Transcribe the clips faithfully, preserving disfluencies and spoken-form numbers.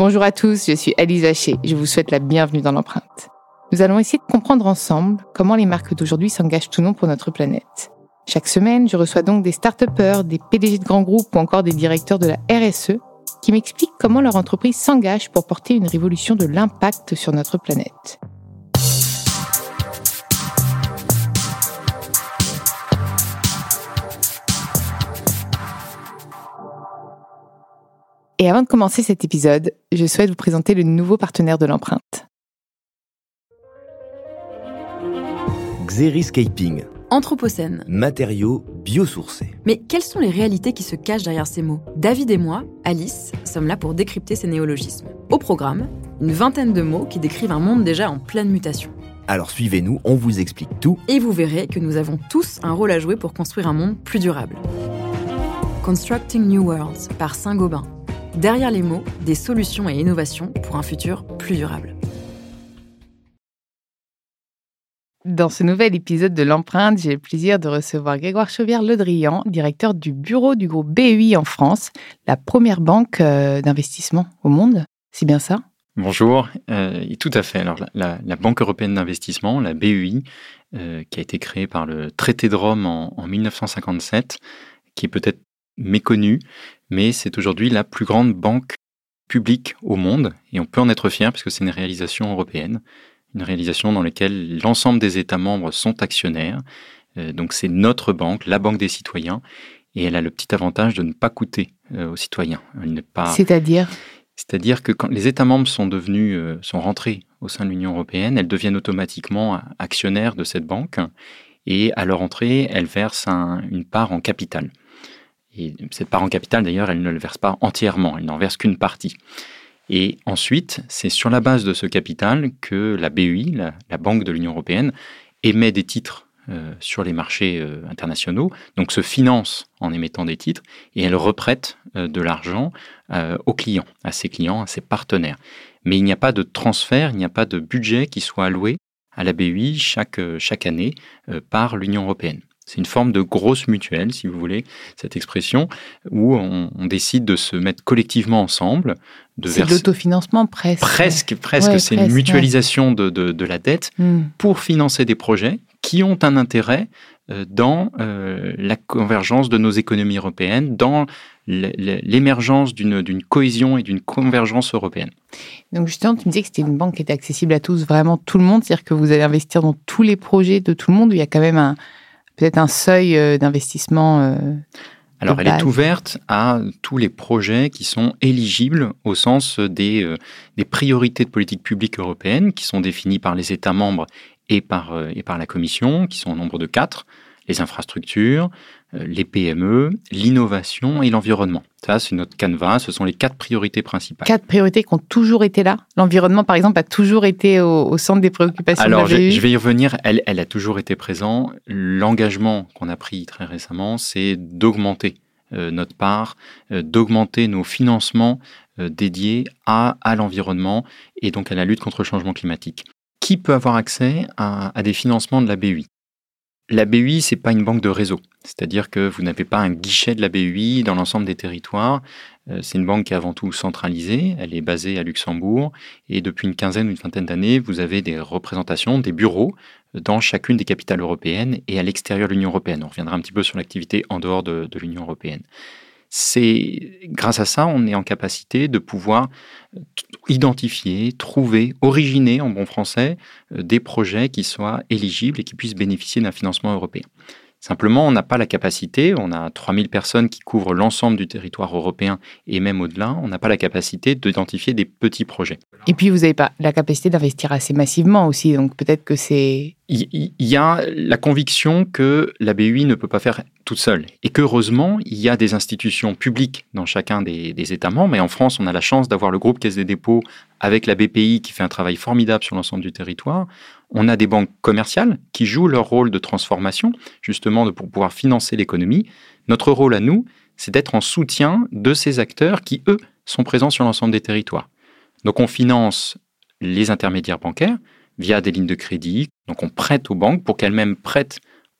Bonjour à tous, je suis Alizé Haché. Je vous souhaite la bienvenue dans l'empreinte. Nous allons essayer de comprendre ensemble comment les marques d'aujourd'hui s'engagent ou non pour notre planète. Chaque semaine, je reçois donc des start-upers, des P D G de grands groupes ou encore des directeurs de la R S E qui m'expliquent comment leur entreprise s'engage pour porter une révolution de l'impact sur notre planète. Et avant de commencer cet épisode, je souhaite vous présenter le nouveau partenaire de l'empreinte. Xeriscaping. Anthropocène. Matériaux biosourcés. Mais quelles sont les réalités qui se cachent derrière ces mots ? David et moi, Alice, sommes là pour décrypter ces néologismes. Au programme, une vingtaine de mots qui décrivent un monde déjà en pleine mutation. Alors suivez-nous, on vous explique tout. Et vous verrez que nous avons tous un rôle à jouer pour construire un monde plus durable. Constructing New Worlds par Saint-Gobain. Derrière les mots, des solutions et innovations pour un futur plus durable. Dans ce nouvel épisode de l'empreinte, j'ai le plaisir de recevoir Grégoire Chauvière-Le Drian, directeur du bureau du groupe B E I en France, la première banque euh, d'investissement au monde. C'est bien ça ? Bonjour, euh, tout à fait. Alors, la, la, la Banque européenne d'investissement, la B E I, euh, qui a été créée par le traité de Rome en, en dix-neuf cent cinquante-sept, qui est peut-être méconnue, mais c'est aujourd'hui la plus grande banque publique au monde, et on peut en être fier parce que c'est une réalisation européenne, une réalisation dans laquelle l'ensemble des États membres sont actionnaires. Euh, donc c'est notre banque, la banque des citoyens, et elle a le petit avantage de ne pas coûter euh, aux citoyens. Elle n'est pas... C'est-à-dire ? C'est-à-dire que quand les États membres sont devenus, euh, sont rentrés au sein de l'Union européenne, elles deviennent automatiquement actionnaires de cette banque, et à leur entrée, elles versent un, une part en capital. Et cette part en capital, d'ailleurs, elle ne le verse pas entièrement, elle n'en verse qu'une partie. Et ensuite, c'est sur la base de ce capital que la B E I, la, la Banque de l'Union européenne, émet des titres euh, sur les marchés euh, internationaux, donc se finance en émettant des titres, et elle reprête euh, de l'argent euh, aux clients, à ses clients, à ses partenaires. Mais il n'y a pas de transfert, il n'y a pas de budget qui soit alloué à la B E I chaque, chaque année euh, par l'Union européenne. C'est une forme de grosse mutuelle, si vous voulez, cette expression, où on, on décide de se mettre collectivement ensemble. De c'est verser... de l'autofinancement presque. Presque, presque. Ouais, c'est presque, une mutualisation ouais. de, de, de la dette mm. pour financer des projets qui ont un intérêt euh, dans euh, la convergence de nos économies européennes, dans l'émergence d'une, d'une cohésion et d'une convergence européenne. Donc justement, tu me disais que c'était une banque qui était accessible à tous, vraiment tout le monde, c'est-à-dire que vous allez investir dans tous les projets de tout le monde, où il y a quand même un... peut-être un seuil d'investissement euh, Alors, de elle est ouverte à tous les projets qui sont éligibles au sens des, euh, des priorités de politique publique européenne qui sont définies par les États membres et par, euh, et par la Commission, qui sont au nombre de quatre, les infrastructures, euh, les P M E, l'innovation et l'environnement. Ça, c'est notre canevas, ce sont les quatre priorités principales. Quatre priorités qui ont toujours été là. L'environnement, par exemple, a toujours été au, au centre des préoccupations Alors, de la B E I. je, je vais y revenir. Elle, elle a toujours été présente. L'engagement qu'on a pris très récemment, c'est d'augmenter euh, notre part, euh, d'augmenter nos financements euh, dédiés à, à l'environnement et donc à la lutte contre le changement climatique. Qui peut avoir accès à, à des financements de la B E I ? La B E I, ce n'est pas une banque de réseau. C'est-à-dire que vous n'avez pas un guichet de la B E I dans l'ensemble des territoires. C'est une banque qui est avant tout centralisée. Elle est basée à Luxembourg. Et depuis une quinzaine ou une vingtaine d'années, vous avez des représentations, des bureaux dans chacune des capitales européennes et à l'extérieur de l'Union européenne. On reviendra un petit peu sur l'activité en dehors de, de l'Union européenne. C'est, grâce à ça, on est en capacité de pouvoir identifier, trouver, originer en bon français des projets qui soient éligibles et qui puissent bénéficier d'un financement européen. Simplement, on n'a pas la capacité, on a trois mille personnes qui couvrent l'ensemble du territoire européen et même au-delà, on n'a pas la capacité d'identifier des petits projets. Et puis, vous n'avez pas la capacité d'investir assez massivement aussi, donc peut-être que c'est... Il y a la conviction que la B E I ne peut pas faire toute seule et qu'heureusement, il y a des institutions publiques dans chacun des, des États membres. Et en France, on a la chance d'avoir le groupe Caisse des dépôts avec la B P I qui fait un travail formidable sur l'ensemble du territoire. On a des banques commerciales qui jouent leur rôle de transformation, justement pour pouvoir financer l'économie. Notre rôle à nous, c'est d'être en soutien de ces acteurs qui, eux, sont présents sur l'ensemble des territoires. Donc on finance les intermédiaires bancaires via des lignes de crédit. Donc on prête aux banques pour qu'elles-mêmes prêtent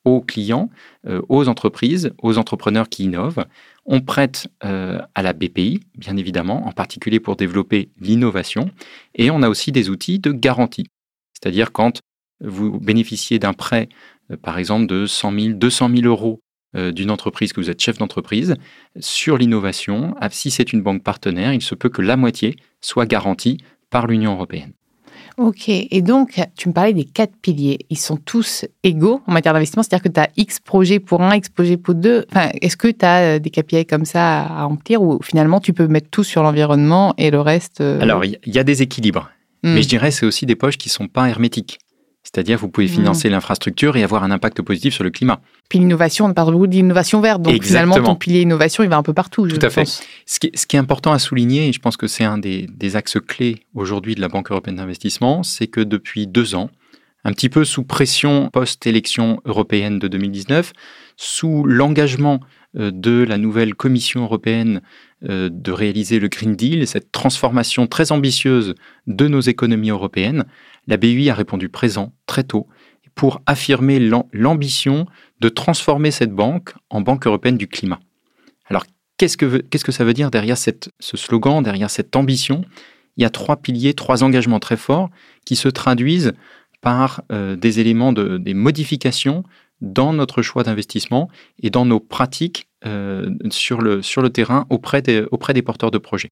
aux clients, euh, aux entreprises, aux entrepreneurs qui innovent. On prête euh, à la B P I, bien évidemment, en particulier pour développer l'innovation. Et on a aussi des outils de garantie. C'est-à-dire quand vous bénéficiez d'un prêt, euh, par exemple, de cent mille, deux cent mille euros euh, d'une entreprise, que vous êtes chef d'entreprise, sur l'innovation, si c'est une banque partenaire, il se peut que la moitié soit garantie par l'Union européenne. Ok, et donc tu me parlais des quatre piliers. Ils sont tous égaux en matière d'investissement, c'est-à-dire que tu as X projets pour un, X projets pour deux. Enfin, est-ce que tu as des K P I comme ça à remplir ou finalement tu peux mettre tout sur l'environnement et le reste euh... Alors, il y, y a des équilibres, mm. mais je dirais que c'est aussi des poches qui ne sont pas hermétiques. C'est-à-dire vous pouvez financer mmh. l'infrastructure et avoir un impact positif sur le climat. Puis l'innovation, on parle beaucoup d'innovation verte. Donc Exactement. Finalement, ton pilier innovation, il va un peu partout. Tout je à fait. pense. Ce qui, est, ce qui est important à souligner, et je pense que c'est un des, des axes clés aujourd'hui de la Banque européenne d'investissement, c'est que depuis deux ans, un petit peu sous pression post-élection européenne de deux mille dix-neuf, sous l'engagement de la nouvelle Commission européenne de réaliser le Green Deal, cette transformation très ambitieuse de nos économies européennes, la B E I a répondu présent très tôt pour affirmer l'ambition de transformer cette banque en Banque européenne du climat. Alors, qu'est-ce que, qu'est-ce que ça veut dire derrière cette, ce slogan, derrière cette ambition ? Il y a trois piliers, trois engagements très forts qui se traduisent par euh, des éléments, de, des modifications dans notre choix d'investissement et dans nos pratiques euh, sur, le, sur le terrain auprès des, auprès des porteurs de projets.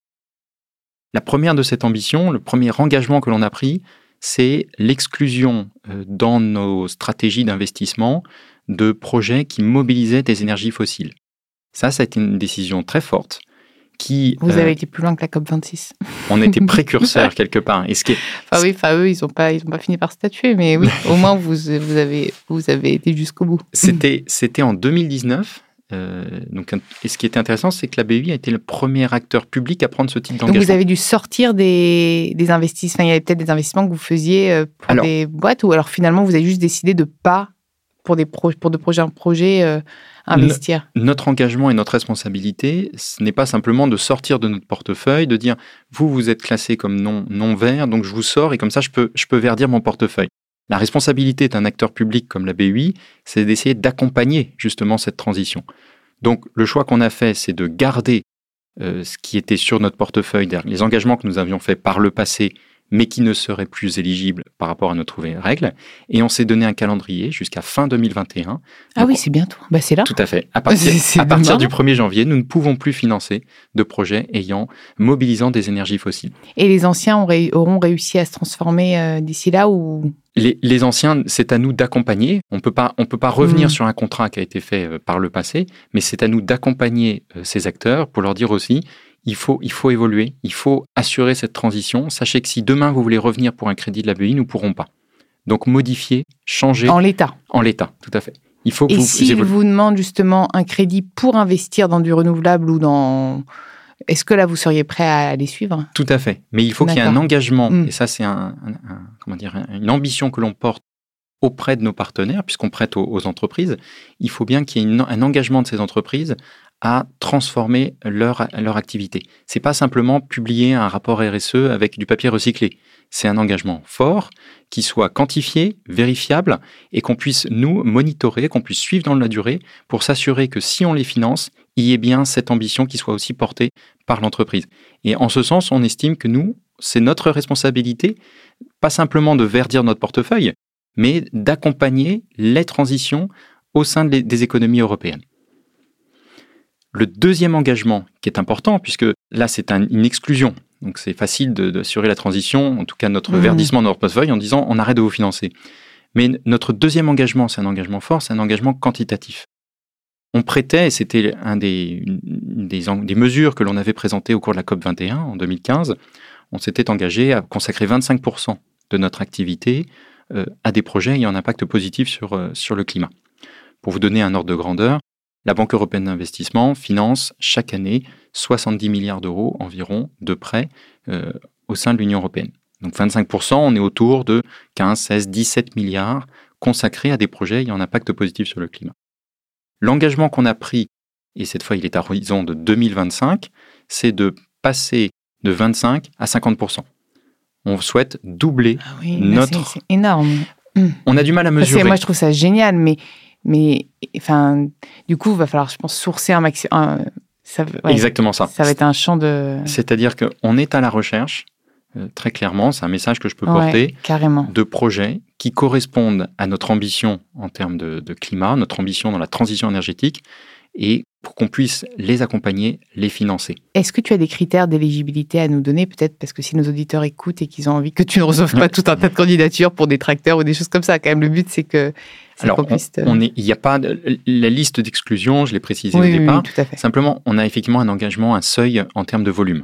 La première de cette ambition, le premier engagement que l'on a pris, c'est l'exclusion euh, dans nos stratégies d'investissement de projets qui mobilisaient des énergies fossiles. Ça, ça a été une décision très forte. Qui, Vous euh, avez été plus loin que la COP vingt-six. On était précurseurs quelque part. Et ce qui est, enfin oui, enfin eux, ils n'ont pas, ils ont pas fini par statuer, mais oui, au moins vous, vous, avez, vous avez été jusqu'au bout. C'était, c'était en deux mille dix-neuf. Euh, donc, et ce qui était intéressant, c'est que la B E I a été le premier acteur public à prendre ce type d'engagement. Donc vous avez dû sortir des, des investissements, enfin, il y avait peut-être des investissements que vous faisiez pour alors, des boîtes, ou alors finalement vous avez juste décidé de pas, pour, des pro, pour de projet en projet, euh, investir. No, notre engagement et notre responsabilité, ce n'est pas simplement de sortir de notre portefeuille, de dire vous, vous êtes classé comme non, non vert, donc je vous sors et comme ça je peux, je peux verdir mon portefeuille. La responsabilité d'un acteur public comme la B E I, c'est d'essayer d'accompagner justement cette transition. Donc, le choix qu'on a fait, c'est de garder euh, ce qui était sur notre portefeuille, les engagements que nous avions faits par le passé, mais qui ne seraient plus éligibles par rapport à notre nouvelle règle. Et on s'est donné un calendrier jusqu'à fin deux mille vingt et un. Ah Donc, oui, c'est bientôt. Bah, c'est là. Tout à fait. À partir, à partir du premier janvier, nous ne pouvons plus financer de projets ayant, mobilisant des énergies fossiles. Et les anciens auront réussi à se transformer euh, d'ici là ou... Les, les anciens, c'est à nous d'accompagner. On peut pas, on peut pas revenir mmh. sur un contrat qui a été fait euh, par le passé, mais c'est à nous d'accompagner euh, ces acteurs pour leur dire aussi, il faut, il faut évoluer, il faut assurer cette transition. Sachez que si demain vous voulez revenir pour un crédit de la B E I, nous ne pourrons pas. Donc modifier, changer. En l'état. En l'état, tout à fait. Il faut que Et vous s'ils évolu- vous demandent justement un crédit pour investir dans du renouvelable ou dans... Est-ce que là, vous seriez prêt à les suivre ? Tout à fait. Mais il faut D'accord. qu'il y ait un engagement, mmh. et ça, c'est un, un, un, comment dire, une ambition que l'on porte auprès de nos partenaires, puisqu'on prête aux, aux entreprises. Il faut bien qu'il y ait une, un engagement de ces entreprises à transformer leur, leur activité. Ce n'est pas simplement publier un rapport R S E avec du papier recyclé. C'est un engagement fort, qui soit quantifié, vérifiable, et qu'on puisse nous monitorer, qu'on puisse suivre dans la durée, pour s'assurer que si on les finance, il y ait bien cette ambition qui soit aussi portée par l'entreprise. Et en ce sens, on estime que nous, c'est notre responsabilité, pas simplement de verdir notre portefeuille, mais d'accompagner les transitions au sein de les, des économies européennes. Le deuxième engagement qui est important, puisque là, c'est un, une exclusion. Donc, c'est facile de, d'assurer la transition, en tout cas notre mmh. verdissement de notre portefeuille, en disant on arrête de vous financer. Mais notre deuxième engagement, c'est un engagement fort, c'est un engagement quantitatif. On prêtait, et c'était un des, une des, des mesures que l'on avait présentées au cours de la COP vingt et un en deux mille quinze, on s'était engagé à consacrer vingt-cinq pour cent de notre activité euh, à des projets ayant un impact positif sur, euh, sur le climat. Pour vous donner un ordre de grandeur, la Banque européenne d'investissement finance chaque année soixante-dix milliards d'euros environ de prêts euh, au sein de l'Union européenne. Donc vingt-cinq pour cent, on est autour de quinze, seize, dix-sept milliards consacrés à des projets ayant un impact positif sur le climat. L'engagement qu'on a pris, et cette fois il est à horizon de deux mille vingt-cinq, c'est de passer de vingt-cinq à cinquante pour cent. On souhaite doubler ah oui, notre... C'est, c'est énorme. On a du mal à mesurer. Moi, je trouve ça génial, mais Mais enfin, du coup, il va falloir, je pense, sourcer un maximum. Ça, ouais, Exactement ça. Ça va être un champ de... C'est-à-dire qu'on est à la recherche, euh, très clairement, c'est un message que je peux porter, ouais, carrément. de projets qui correspondent à notre ambition en termes de, de climat, notre ambition dans la transition énergétique, et pour qu'on puisse les accompagner, les financer. Est-ce que tu as des critères d'éligibilité à nous donner, peut-être parce que si nos auditeurs écoutent et qu'ils ont envie que tu ne reçoives pas tout un tas de candidatures pour des tracteurs ou des choses comme ça, quand même, le but, c'est que... C'est Alors, qu'on puisse... on, on est, il n'y a pas de, la liste d'exclusion, je l'ai précisé oui, au oui, départ. Oui, tout à fait. Simplement, on a effectivement un engagement, un seuil en termes de volume.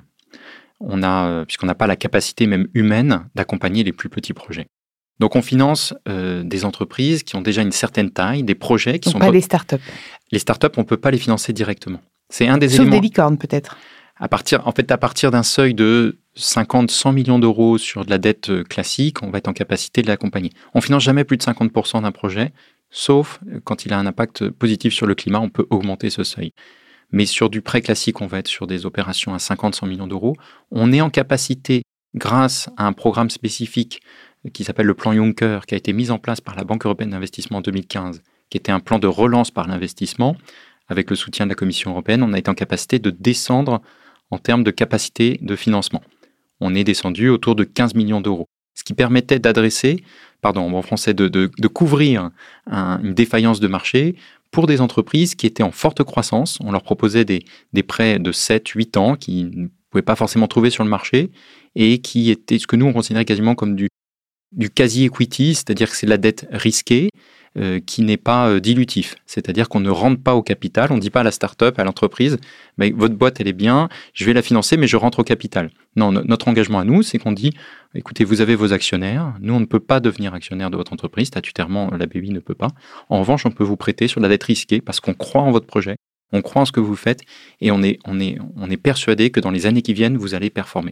On a, puisqu'on n'a pas la capacité même humaine d'accompagner les plus petits projets. Donc, on finance euh, des entreprises qui ont déjà une certaine taille, des projets qui Donc sont... pas des startups. Les startups, on ne peut pas les financer directement. C'est un des Sauf éléments... des licornes, peut-être. À partir, en fait, à partir d'un seuil de cinquante à cent millions d'euros sur de la dette classique, on va être en capacité de l'accompagner. On ne finance jamais plus de cinquante pour cent d'un projet, sauf quand il a un impact positif sur le climat, on peut augmenter ce seuil. Mais sur du prêt classique, on va être sur des opérations à cinquante à cent millions d'euros. On est en capacité, grâce à un programme spécifique qui s'appelle le plan Juncker, qui a été mis en place par la Banque européenne d'investissement en deux mille quinze, qui était un plan de relance par l'investissement, avec le soutien de la Commission européenne, on a été en capacité de descendre en termes de capacité de financement. On est descendu autour de quinze millions d'euros, ce qui permettait d'adresser, pardon, en français, de, de, de couvrir un, une défaillance de marché pour des entreprises qui étaient en forte croissance. On leur proposait des, des prêts de sept à huit ans qui ne pouvaient pas forcément trouver sur le marché et qui étaient ce que nous, on considérait quasiment comme du, du quasi-equity, c'est-à-dire que c'est de la dette risquée, Euh, qui n'est pas euh, dilutif. C'est-à-dire qu'on ne rentre pas au capital, on ne dit pas à la start-up, à l'entreprise, bah, votre boîte, elle est bien, je vais la financer, mais je rentre au capital. Non, no- notre engagement à nous, c'est qu'on dit, écoutez, vous avez vos actionnaires, nous, on ne peut pas devenir actionnaire de votre entreprise, statutairement, la B I ne peut pas. En revanche, on peut vous prêter sur de la dette risquée parce qu'on croit en votre projet, on croit en ce que vous faites et on est, on est, on est persuadé que dans les années qui viennent, vous allez performer.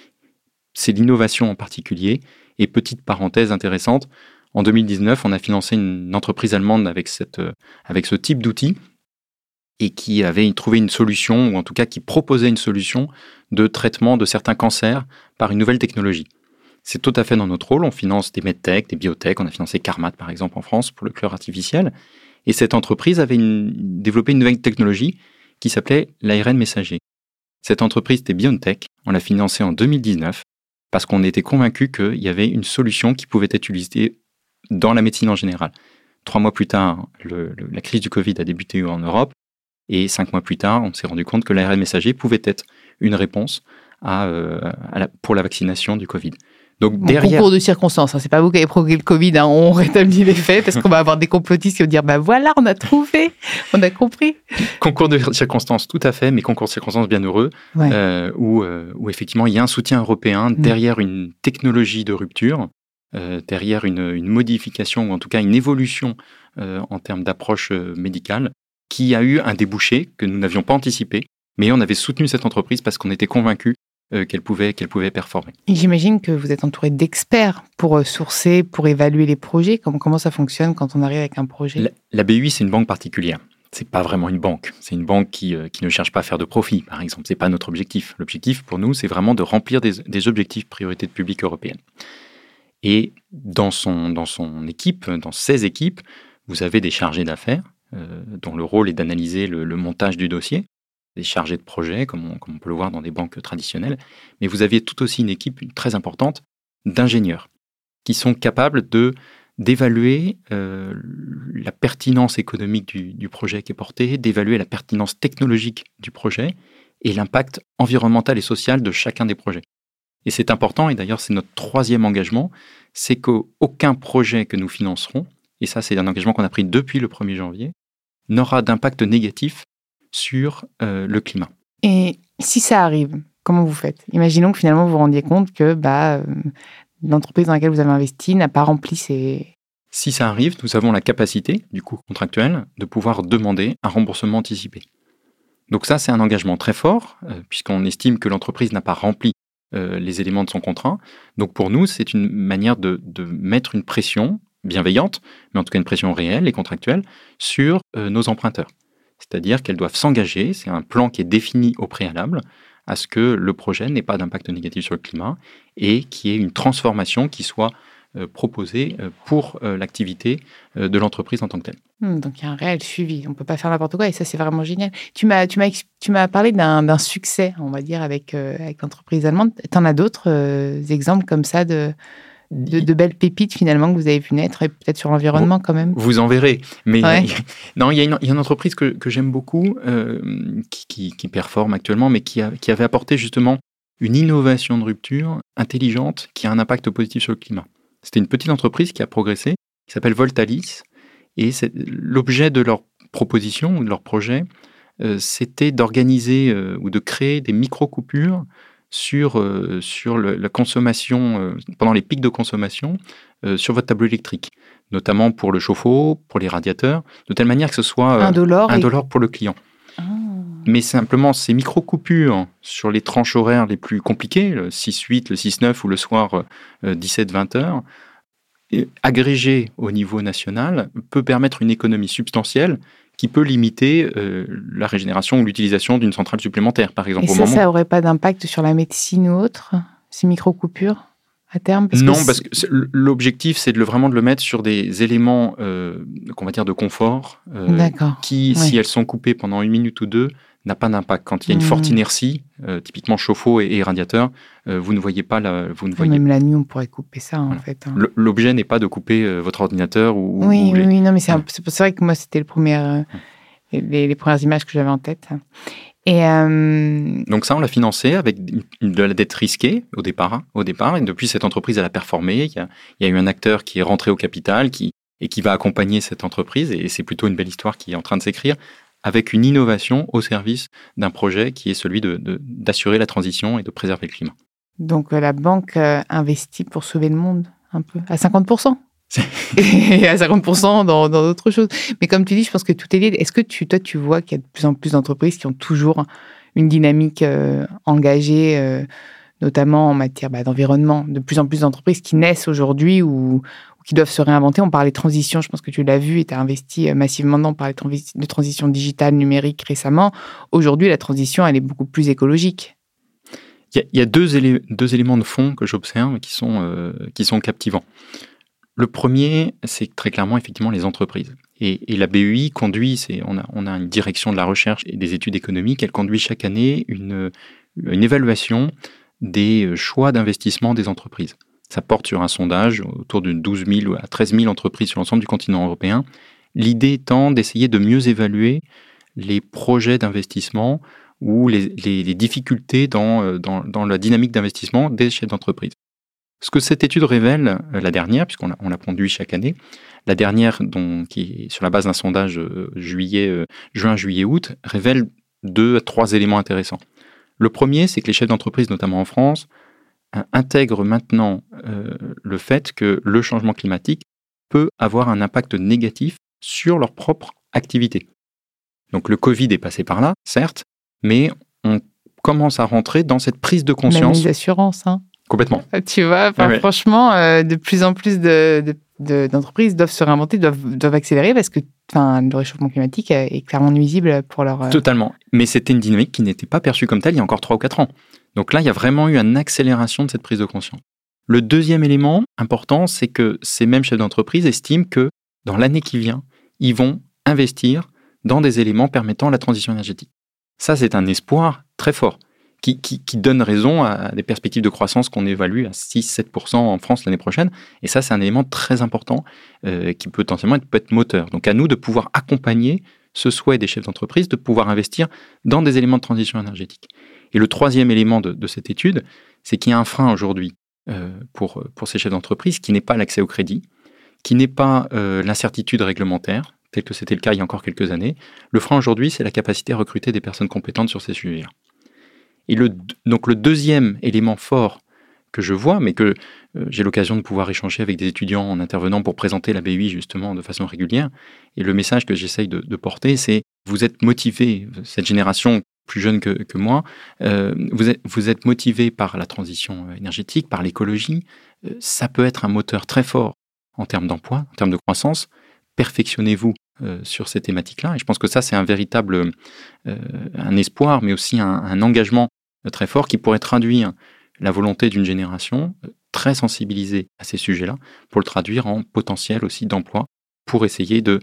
C'est l'innovation en particulier. Et petite parenthèse intéressante, en deux mille dix-neuf, on a financé une entreprise allemande avec, cette, avec ce type d'outil et qui avait trouvé une solution, ou en tout cas qui proposait une solution de traitement de certains cancers par une nouvelle technologie. C'est tout à fait dans notre rôle. On finance des medtech, des biotech. On a financé Carmat, par exemple, en France, pour le chlore artificiel. Et cette entreprise avait une, développé une nouvelle technologie qui s'appelait l'A R N messager. Cette entreprise était BioNTech. On l'a financée en deux mille dix-neuf parce qu'on était convaincus qu'il y avait une solution qui pouvait être utilisée dans la médecine en général. Trois mois plus tard, le, le, la crise du Covid a débuté en Europe et cinq mois plus tard, on s'est rendu compte que l'A R N messager pouvait être une réponse à, euh, à la, pour la vaccination du Covid. Donc, bon, derrière... Concours de circonstances, hein. C'est pas vous qui avez provoqué le Covid, hein. On rétablit les faits parce qu'on va avoir des complotistes qui vont dire bah voilà, on a trouvé, on a compris. Concours de circonstances, tout à fait, mais concours de circonstances bien heureux, ouais. euh, où, euh, où effectivement il y a un soutien européen mmh. derrière une technologie de rupture. Euh, derrière une, une modification ou en tout cas une évolution euh, en termes d'approche euh, médicale qui a eu un débouché que nous n'avions pas anticipé, mais on avait soutenu cette entreprise parce qu'on était convaincus euh, qu'elle pouvait, qu'elle pouvait performer. Et j'imagine que vous êtes entouré d'experts pour euh, sourcer, pour évaluer les projets. Comment, comment ça fonctionne quand on arrive avec un projet ? La, la B U I, c'est une banque particulière. C'est pas vraiment une banque. C'est une banque qui, euh, qui ne cherche pas à faire de profit, par exemple. C'est pas notre objectif. L'objectif pour nous, c'est vraiment de remplir des, des objectifs priorités de public européenne. Et dans son, dans son équipe, dans ses équipes, vous avez des chargés d'affaires euh, dont le rôle est d'analyser le, le montage du dossier, des chargés de projet, comme on, comme on peut le voir dans des banques traditionnelles. Mais vous avez tout aussi une équipe très importante d'ingénieurs qui sont capables de, d'évaluer euh, la pertinence économique du, du projet qui est porté, d'évaluer la pertinence technologique du projet et l'impact environnemental et social de chacun des projets. Et c'est important, et d'ailleurs c'est notre troisième engagement, c'est qu'aucun projet que nous financerons, et ça c'est un engagement qu'on a pris depuis le premier janvier, n'aura d'impact négatif sur euh, le climat. Et si ça arrive, comment vous faites ? Imaginons que finalement vous vous rendiez compte que bah, euh, l'entreprise dans laquelle vous avez investi n'a pas rempli ses... Si ça arrive, nous avons la capacité, du coup contractuelle, de pouvoir demander un remboursement anticipé. Donc ça c'est un engagement très fort, euh, puisqu'on estime que l'entreprise n'a pas rempli Euh, les éléments de son contrat. Donc pour nous, c'est une manière de, de mettre une pression bienveillante, mais en tout cas une pression réelle et contractuelle, sur euh, nos emprunteurs. C'est-à-dire qu'elles doivent s'engager, c'est un plan qui est défini au préalable, à ce que le projet n'ait pas d'impact négatif sur le climat et qu'il y ait une transformation qui soit euh, proposée euh, pour euh, l'activité euh, de l'entreprise en tant que telle. Hum, donc, il y a un réel suivi. On ne peut pas faire n'importe quoi et ça, c'est vraiment génial. Tu m'as, tu m'as, tu m'as parlé d'un, d'un succès, on va dire, avec, euh, avec l'entreprise allemande. Tu en as d'autres euh, exemples comme ça de, de, de belles pépites, finalement, que vous avez vu naître et peut-être sur l'environnement quand même? Vous en verrez. Mais Ouais. il y a, non, il y a une, il y a une entreprise que, que j'aime beaucoup, euh, qui, qui, qui performe actuellement, mais qui, a, qui avait apporté justement une innovation de rupture intelligente qui a un impact positif sur le climat. C'était une petite entreprise qui a progressé, qui s'appelle Voltalis. Et c'est, l'objet de leur proposition ou de leur projet, euh, c'était d'organiser euh, ou de créer des micro-coupures sur, euh, sur le, la consommation, euh, pendant les pics de consommation, euh, sur votre tableau électrique, notamment pour le chauffe-eau, pour les radiateurs, de telle manière que ce soit euh, indolore, indolore et... pour le client. Ah. Mais simplement, ces micro-coupures sur les tranches horaires les plus compliquées, le six huit, le six neuf ou le soir euh, dix-sept vingt heures, agrégé au niveau national, peut permettre une économie substantielle qui peut limiter euh, la régénération ou l'utilisation d'une centrale supplémentaire, par exemple. Et au ça, moment... ça n'aurait pas d'impact sur la médecine ou autre, ces micro-coupures, à terme? Parce Non, que parce que l'objectif, c'est de le, vraiment de le mettre sur des éléments, euh, qu'on va dire, de confort, euh, qui, ouais. si elles sont coupées pendant une minute ou deux, n'a pas d'impact. Quand il y a une mmh. forte inertie, euh, typiquement chauffe-eau et, et radiateur, euh, vous ne voyez pas la... Vous ne voyez... Même la nuit, on pourrait couper ça, en voilà. fait. Hein. L'objet n'est pas de couper euh, votre ordinateur ou... Oui, ou les... oui, non, mais c'est, un, c'est vrai que moi, c'était le premier, euh, les, les premières images que j'avais en tête. Et euh... Donc ça, on l'a financé avec de la dette risquée au départ. Au départ et depuis, cette entreprise, elle a performé. Il y a, il y a eu un acteur qui est rentré au capital qui, et qui va accompagner cette entreprise. Et c'est plutôt une belle histoire qui est en train de s'écrire, avec une innovation au service d'un projet qui est celui de, de, d'assurer la transition et de préserver le climat. Donc, euh, la banque euh, investit pour sauver le monde, un peu, à cinquante pour cent et à cinquante pour cent dans, dans d'autres choses. Mais comme tu dis, je pense que tout est lié. Est-ce que tu, toi, tu vois qu'il y a de plus en plus d'entreprises qui ont toujours une dynamique euh, engagée, euh, notamment en matière bah, d'environnement, de plus en plus d'entreprises qui naissent aujourd'hui ou qui doivent se réinventer. On parlait de transition, je pense que tu l'as vu et tu as investi massivement dans, on parlait de transition digitale, numérique récemment. Aujourd'hui, la transition, elle est beaucoup plus écologique. Il y a, il y a deux, élé- deux éléments de fond que j'observe qui sont, euh, qui sont captivants. Le premier, c'est très clairement effectivement les entreprises. Et, et la B E I conduit, c'est, on, a, on a une direction de la recherche et des études économiques, elle conduit chaque année une, une évaluation des choix d'investissement des entreprises. Ça porte sur un sondage autour de douze mille à treize mille entreprises sur l'ensemble du continent européen. L'idée étant d'essayer de mieux évaluer les projets d'investissement ou les, les, les difficultés dans, dans, dans la dynamique d'investissement des chefs d'entreprise. Ce que cette étude révèle, la dernière, puisqu'on l'a, on l'a conduit chaque année, la dernière, dont, qui est sur la base d'un sondage juillet, juin, juillet, août, révèle deux à trois éléments intéressants. Le premier, c'est que les chefs d'entreprise, notamment en France, intègrent maintenant euh, le fait que le changement climatique peut avoir un impact négatif sur leur propre activité. Donc le Covid est passé par là, certes, mais on commence à rentrer dans cette prise de conscience. Même les assurances, hein. Complètement. Tu vois, ouais, franchement, euh, de plus en plus de, de, de, d'entreprises doivent se réinventer, doivent, doivent accélérer parce que le réchauffement climatique est clairement nuisible pour leur... Euh... Totalement. Mais c'était une dynamique qui n'était pas perçue comme telle il y a encore trois ou quatre ans. Donc là, il y a vraiment eu une accélération de cette prise de conscience. Le deuxième élément important, c'est que ces mêmes chefs d'entreprise estiment que dans l'année qui vient, ils vont investir dans des éléments permettant la transition énergétique. Ça, c'est un espoir très fort qui, qui, qui donne raison à des perspectives de croissance qu'on évalue à six à sept pour cent en France l'année prochaine. Et ça, c'est un élément très important euh, qui peut potentiellement être, peut être moteur. Donc à nous de pouvoir accompagner ce souhait des chefs d'entreprise de pouvoir investir dans des éléments de transition énergétique. Et le troisième élément de, de cette étude, c'est qu'il y a un frein aujourd'hui euh, pour, pour ces chefs d'entreprise qui n'est pas l'accès au crédit, qui n'est pas euh, l'incertitude réglementaire, tel que c'était le cas il y a encore quelques années. Le frein aujourd'hui, c'est la capacité à recruter des personnes compétentes sur ces sujets-là. Et le, donc le deuxième élément fort que je vois, mais que euh, j'ai l'occasion de pouvoir échanger avec des étudiants en intervenant pour présenter la B U I justement de façon régulière, et le message que j'essaye de, de porter, c'est vous êtes motivés, cette génération plus jeune que, que moi, euh, vous êtes, vous êtes motivés par la transition énergétique, par l'écologie, euh, ça peut être un moteur très fort en termes d'emploi, en termes de croissance. Perfectionnez-vous euh, sur ces thématiques-là. Et je pense que ça, c'est un véritable euh, un espoir, mais aussi un, un engagement euh, très fort qui pourrait traduire la volonté d'une génération euh, très sensibilisée à ces sujets-là pour le traduire en potentiel aussi d'emploi, pour essayer de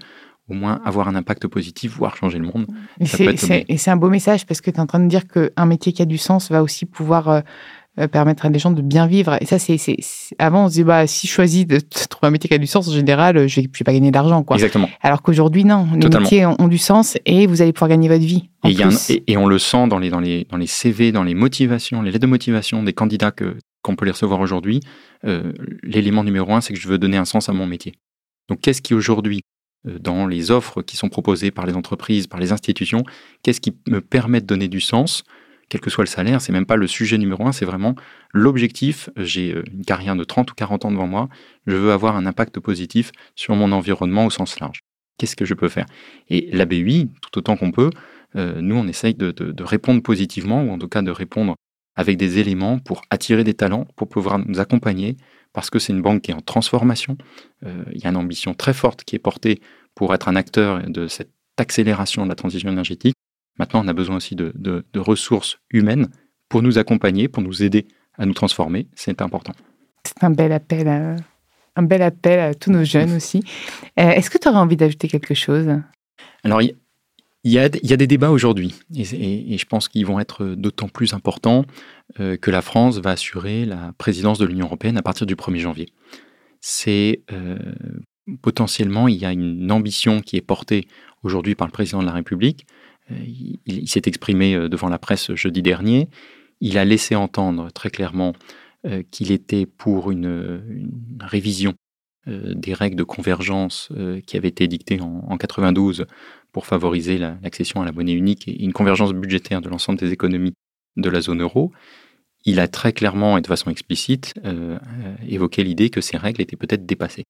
au moins avoir un impact positif, voire changer le monde. Et Ça c'est, peut être c'est, et c'est un beau message parce que tu es en train de dire qu'un métier qui a du sens va aussi pouvoir euh, euh, permettre à des gens de bien vivre. Et ça, c'est, c'est, c'est... avant, on se dit, bah, si je choisis de trouver un métier qui a du sens, en général, je ne vais, vais pas gagner d'argent, quoi. Exactement. Alors qu'aujourd'hui, non. Les Totalement. métiers ont, ont du sens et vous allez pouvoir gagner votre vie. En Et, y a un, plus. et, et on le sent dans les, dans, les, dans les C V, dans les motivations, les lettres de motivation des candidats que, qu'on peut les recevoir aujourd'hui. Euh, l'élément numéro un, c'est que je veux donner un sens à mon métier. Donc, qu'est-ce qui aujourd'hui, euh, dans les offres qui sont proposées par les entreprises, par les institutions, qu'est-ce qui me permet de donner du sens, quel que soit le salaire, c'est même pas le sujet numéro un, c'est vraiment l'objectif. J'ai une carrière de trente ou quarante ans devant moi, je veux avoir un impact positif sur mon environnement au sens large. Qu'est-ce que je peux faire? Et l'A B U I, tout autant qu'on peut, euh, nous on essaye de, de, de répondre positivement, ou en tout cas de répondre avec des éléments pour attirer des talents, pour pouvoir nous accompagner, parce que c'est une banque qui est en transformation. Euh, il y a une ambition très forte qui est portée pour être un acteur de cette accélération de la transition énergétique. Maintenant, on a besoin aussi de, de, de ressources humaines pour nous accompagner, pour nous aider à nous transformer. C'est important. C'est un bel appel à, un bel appel à tous nos jeunes aussi. Euh, est-ce que tu aurais envie d'ajouter quelque chose? Alors, il y, y, a, y a des débats aujourd'hui, et, et, et je pense qu'ils vont être d'autant plus importants euh, que la France va assurer la présidence de l'Union européenne à partir du premier janvier. C'est euh, potentiellement, il y a une ambition qui est portée aujourd'hui par le président de la République. Il, il s'est exprimé devant la presse jeudi dernier. Il a laissé entendre très clairement euh, qu'il était pour une, une révision euh, des règles de convergence euh, qui avaient été dictées en, en quatre-vingt-douze pour favoriser la, l'accession à la monnaie unique et une convergence budgétaire de l'ensemble des économies de la zone euro. Il a très clairement et de façon explicite euh, évoqué l'idée que ces règles étaient peut-être dépassées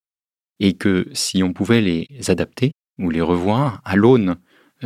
et que si on pouvait les adapter ou les revoir à l'aune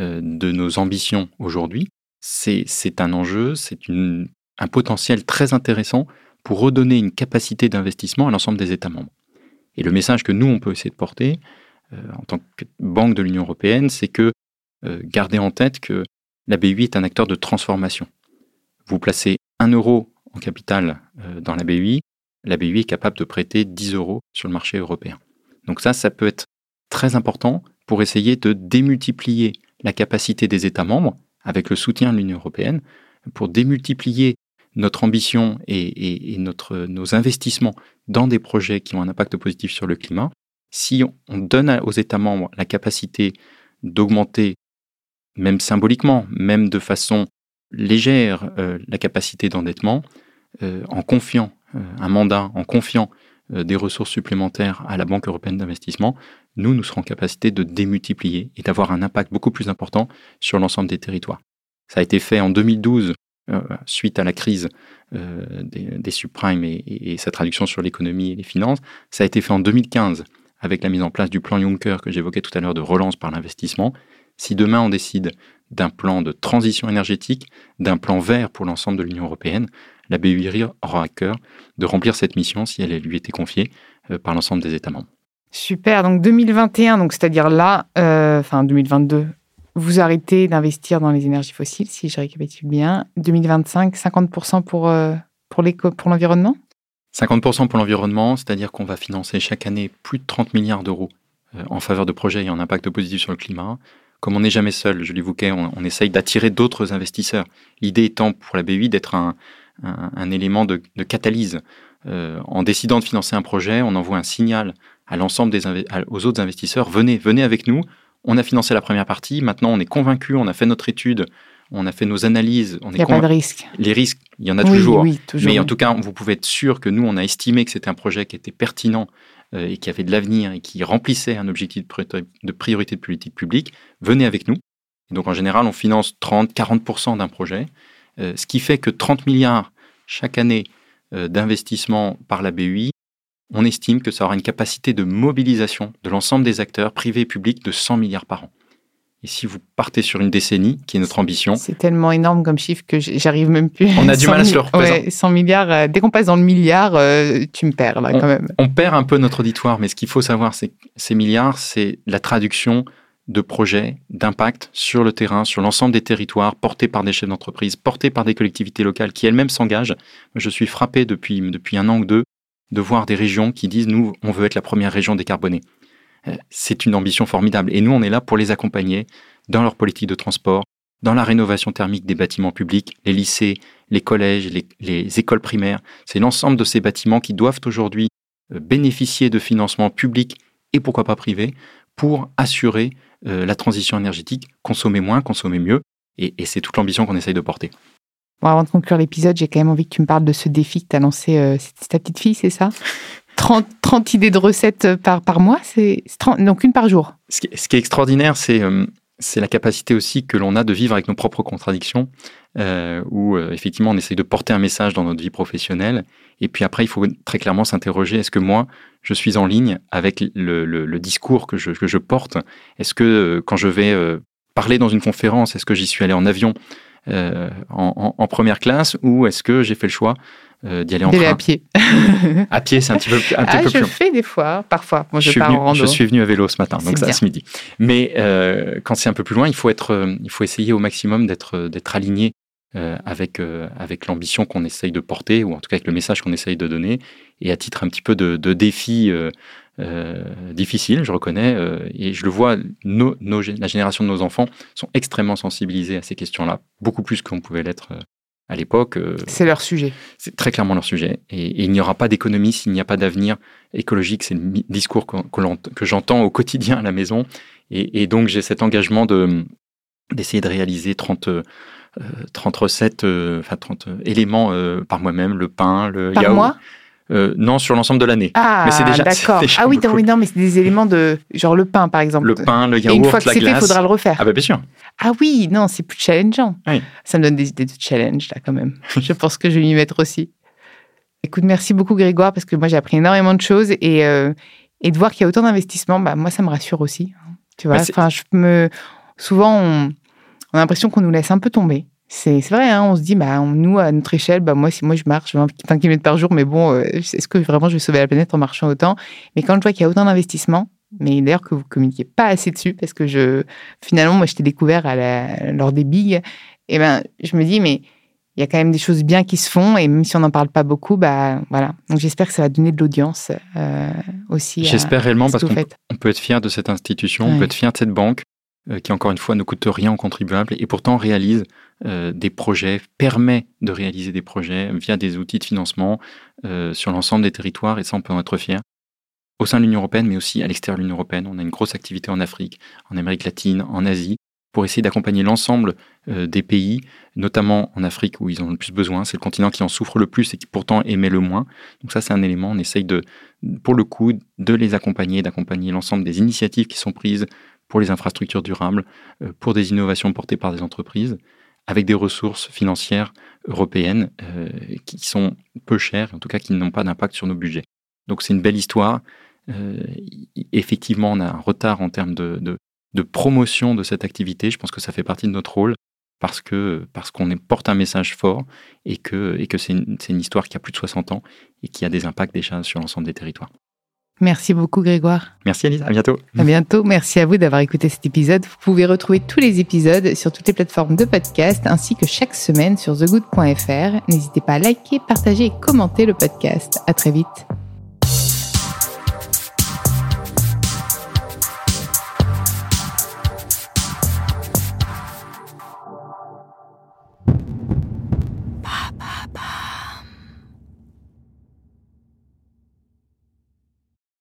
de nos ambitions aujourd'hui, c'est, c'est un enjeu, c'est une, un potentiel très intéressant pour redonner une capacité d'investissement à l'ensemble des États membres. Et le message que nous, on peut essayer de porter euh, en tant que banque de l'Union européenne, c'est que euh, gardez en tête que l'A B U I est un acteur de transformation. Vous placez un euro en capital euh, dans l'A B U I, l'A B U I est capable de prêter dix euros sur le marché européen. Donc ça, ça peut être très important pour essayer de démultiplier la capacité des États membres, avec le soutien de l'Union européenne, pour démultiplier notre ambition et, et, et notre, nos investissements dans des projets qui ont un impact positif sur le climat. Si on, on donne aux États membres la capacité d'augmenter, même symboliquement, même de façon légère, euh, la capacité d'endettement, euh, en confiant euh, un mandat, en confiant euh, des ressources supplémentaires à la Banque européenne d'investissement, nous, nous serons en capacité de démultiplier et d'avoir un impact beaucoup plus important sur l'ensemble des territoires. Ça a été fait en deux mille douze, euh, suite à la crise euh, des, des subprimes et, et, et sa traduction sur l'économie et les finances. Ça a été fait en deux mille quinze, avec la mise en place du plan Juncker que j'évoquais tout à l'heure de relance par l'investissement. Si demain on décide d'un plan de transition énergétique, d'un plan vert pour l'ensemble de l'Union européenne, la B U I aura à cœur de remplir cette mission si elle lui était confiée euh, par l'ensemble des États membres. Super, donc deux mille vingt et un, donc c'est-à-dire là, euh, enfin deux mille vingt-deux, vous arrêtez d'investir dans les énergies fossiles, si je récapitule bien. deux mille vingt-cinq, cinquante pour cent pour, euh, pour, l'éco, pour l'environnement? cinquante pour cent pour l'environnement, c'est-à-dire qu'on va financer chaque année plus de trente milliards d'euros euh, en faveur de projets ayant un impact positif sur le climat. Comme on n'est jamais seul, je l'évoquais, on, on essaye d'attirer d'autres investisseurs. L'idée étant pour la B U I d'être un, un, un élément de, de catalyse. Euh, en décidant de financer un projet, on envoie un signal à l'ensemble des inv- aux autres investisseurs, venez, venez avec nous, on a financé la première partie, maintenant on est convaincu, on a fait notre étude, on a fait nos analyses. On il n'y a convain- pas de risque. Les risques, il y en a oui, toujours, oui, toujours. Mais oui. en tout cas, vous pouvez être sûr que nous, on a estimé que c'était un projet qui était pertinent euh, et qui avait de l'avenir et qui remplissait un objectif de priorité de, priorité de politique publique. Venez avec nous. Et donc en général, on finance trente à quarante pour cent d'un projet, euh, ce qui fait que trente milliards chaque année euh, d'investissement par la B U I, on estime que ça aura une capacité de mobilisation de l'ensemble des acteurs privés et publics de cent milliards par an. Et si vous partez sur une décennie, qui est notre ambition... C'est tellement énorme comme chiffre que j'arrive même plus... On a du mal à se le représenter. Ouais, cent milliards, euh, dès qu'on passe dans le milliard, euh, tu me perds là on, quand même. On perd un peu notre auditoire, mais ce qu'il faut savoir, c'est que ces milliards, c'est la traduction de projets d'impact sur le terrain, sur l'ensemble des territoires, portés par des chefs d'entreprise, portés par des collectivités locales qui elles-mêmes s'engagent. Je suis frappé depuis, depuis un an ou deux de voir des régions qui disent « nous, on veut être la première région décarbonée ». Euh, c'est une ambition formidable. Et nous, on est là pour les accompagner dans leur politique de transport, dans la rénovation thermique des bâtiments publics, les lycées, les collèges, les, les écoles primaires. C'est l'ensemble de ces bâtiments qui doivent aujourd'hui bénéficier de financements publics et pourquoi pas privés pour assurer euh, la transition énergétique, consommer moins, consommer mieux. Et, et c'est toute l'ambition qu'on essaye de porter. Bon, avant de conclure l'épisode, j'ai quand même envie que tu me parles de ce défi que tu as lancé. Euh, c'est ta petite fille, c'est ça ? trente, trente idées de recettes par, par mois, c'est trente, donc une par jour. Ce qui, ce qui est extraordinaire, c'est, euh, c'est la capacité aussi que l'on a de vivre avec nos propres contradictions, euh, où euh, effectivement on essaye de porter un message dans notre vie professionnelle. Et puis après, il faut très clairement s'interroger, est-ce que moi, je suis en ligne avec le, le, le discours que je, que je porte ? Est-ce que euh, quand je vais euh, parler dans une conférence, est-ce que j'y suis allé en avion euh, en, en, en première classe ou est-ce que j'ai fait le choix euh, d'y aller en D'aller train ? à pied. À pied, c'est un petit peu, un petit ah, peu je plus long. fais des fois, parfois. Moi, je, je, suis pars venu, en rando. je suis venu à vélo ce matin, donc C'est ça bien. ce midi. Mais euh, quand c'est un peu plus loin, il faut, être, euh, il faut essayer au maximum d'être, d'être aligné euh, avec, euh, avec l'ambition qu'on essaye de porter, ou en tout cas avec le message qu'on essaye de donner. Et à titre un petit peu de, de défi euh, euh, difficile, je reconnais, euh, et je le vois, nos, nos, la génération de nos enfants sont extrêmement sensibilisés à ces questions-là, beaucoup plus qu'on pouvait l'être euh, à l'époque. Euh, c'est leur sujet. C'est très clairement leur sujet. Et, et il n'y aura pas d'économie s'il n'y a pas d'avenir écologique. C'est le discours que, que j'entends au quotidien à la maison. Et, et donc, j'ai cet engagement de, d'essayer de réaliser trente, euh, trente recettes, euh, enfin trente éléments euh, par moi-même, le pain, le par yaourt. mois Euh, non, sur l'ensemble de l'année. Ah, mais c'est déjà, d'accord. C'est déjà ah oui, beaucoup. oui, non, mais c'est des éléments de... Genre le pain, par exemple. Le pain, le yaourt, Et une fois que la c'est glace. fait, il faudra le refaire. Ah bah bien sûr. Ah oui, non, c'est plus challengeant. Oui. Ça me donne des idées de challenge, là, quand même. Je pense que je vais m'y mettre aussi. Écoute, merci beaucoup, Grégoire, parce que moi, j'ai appris énormément de choses. Et, euh, et de voir qu'il y a autant d'investissements, bah, moi, ça me rassure aussi. Tu vois, bah, enfin, je me... Souvent, on, on a l'impression qu'on nous laisse un peu tomber. C'est, c'est vrai, hein, on se dit, bah, nous, à notre échelle, bah, moi, si moi je marche vingt kilomètres par jour, mais bon, euh, est-ce que vraiment je vais sauver la planète en marchant autant ? Mais quand je vois qu'il y a autant d'investissements, mais d'ailleurs que vous ne communiquez pas assez dessus, parce que je, finalement, moi, je t'ai découvert à la, lors des bigs, et ben, je me dis, mais il y a quand même des choses bien qui se font, et même si on n'en parle pas beaucoup, bah, voilà. Donc, j'espère que ça va donner de l'audience euh, aussi. J'espère à, réellement, à parce qu'on peut, on peut être fier de cette institution, ouais. On peut être fier de cette banque, euh, qui, encore une fois, ne coûte rien aux contribuables, et pourtant réalise Euh, des projets, permet de réaliser des projets via des outils de financement euh, sur l'ensemble des territoires, et ça, on peut en être fier. Au sein de l'Union européenne, mais aussi à l'extérieur de l'Union européenne, on a une grosse activité en Afrique, en Amérique latine, en Asie, pour essayer d'accompagner l'ensemble euh, des pays, notamment en Afrique où ils en ont le plus besoin. C'est le continent qui en souffre le plus et qui pourtant émet le moins. Donc ça, c'est un élément. On essaye, de, pour le coup, de les accompagner, d'accompagner l'ensemble des initiatives qui sont prises pour les infrastructures durables, euh, pour des innovations portées par des entreprises, avec des ressources financières européennes euh, qui sont peu chères, en tout cas qui n'ont pas d'impact sur nos budgets. Donc c'est une belle histoire. Euh, effectivement, on a un retard en termes de, de, de promotion de cette activité. Je pense que ça fait partie de notre rôle parce, que, parce qu'on porte un message fort et que, et que c'est, une, c'est une histoire qui a plus de soixante ans et qui a des impacts déjà sur l'ensemble des territoires. Merci beaucoup, Grégoire. Merci, Elisa. À bientôt. À bientôt. Merci à vous d'avoir écouté cet épisode. Vous pouvez retrouver tous les épisodes sur toutes les plateformes de podcast ainsi que chaque semaine sur the good point f r. N'hésitez pas à liker, partager et commenter le podcast. À très vite.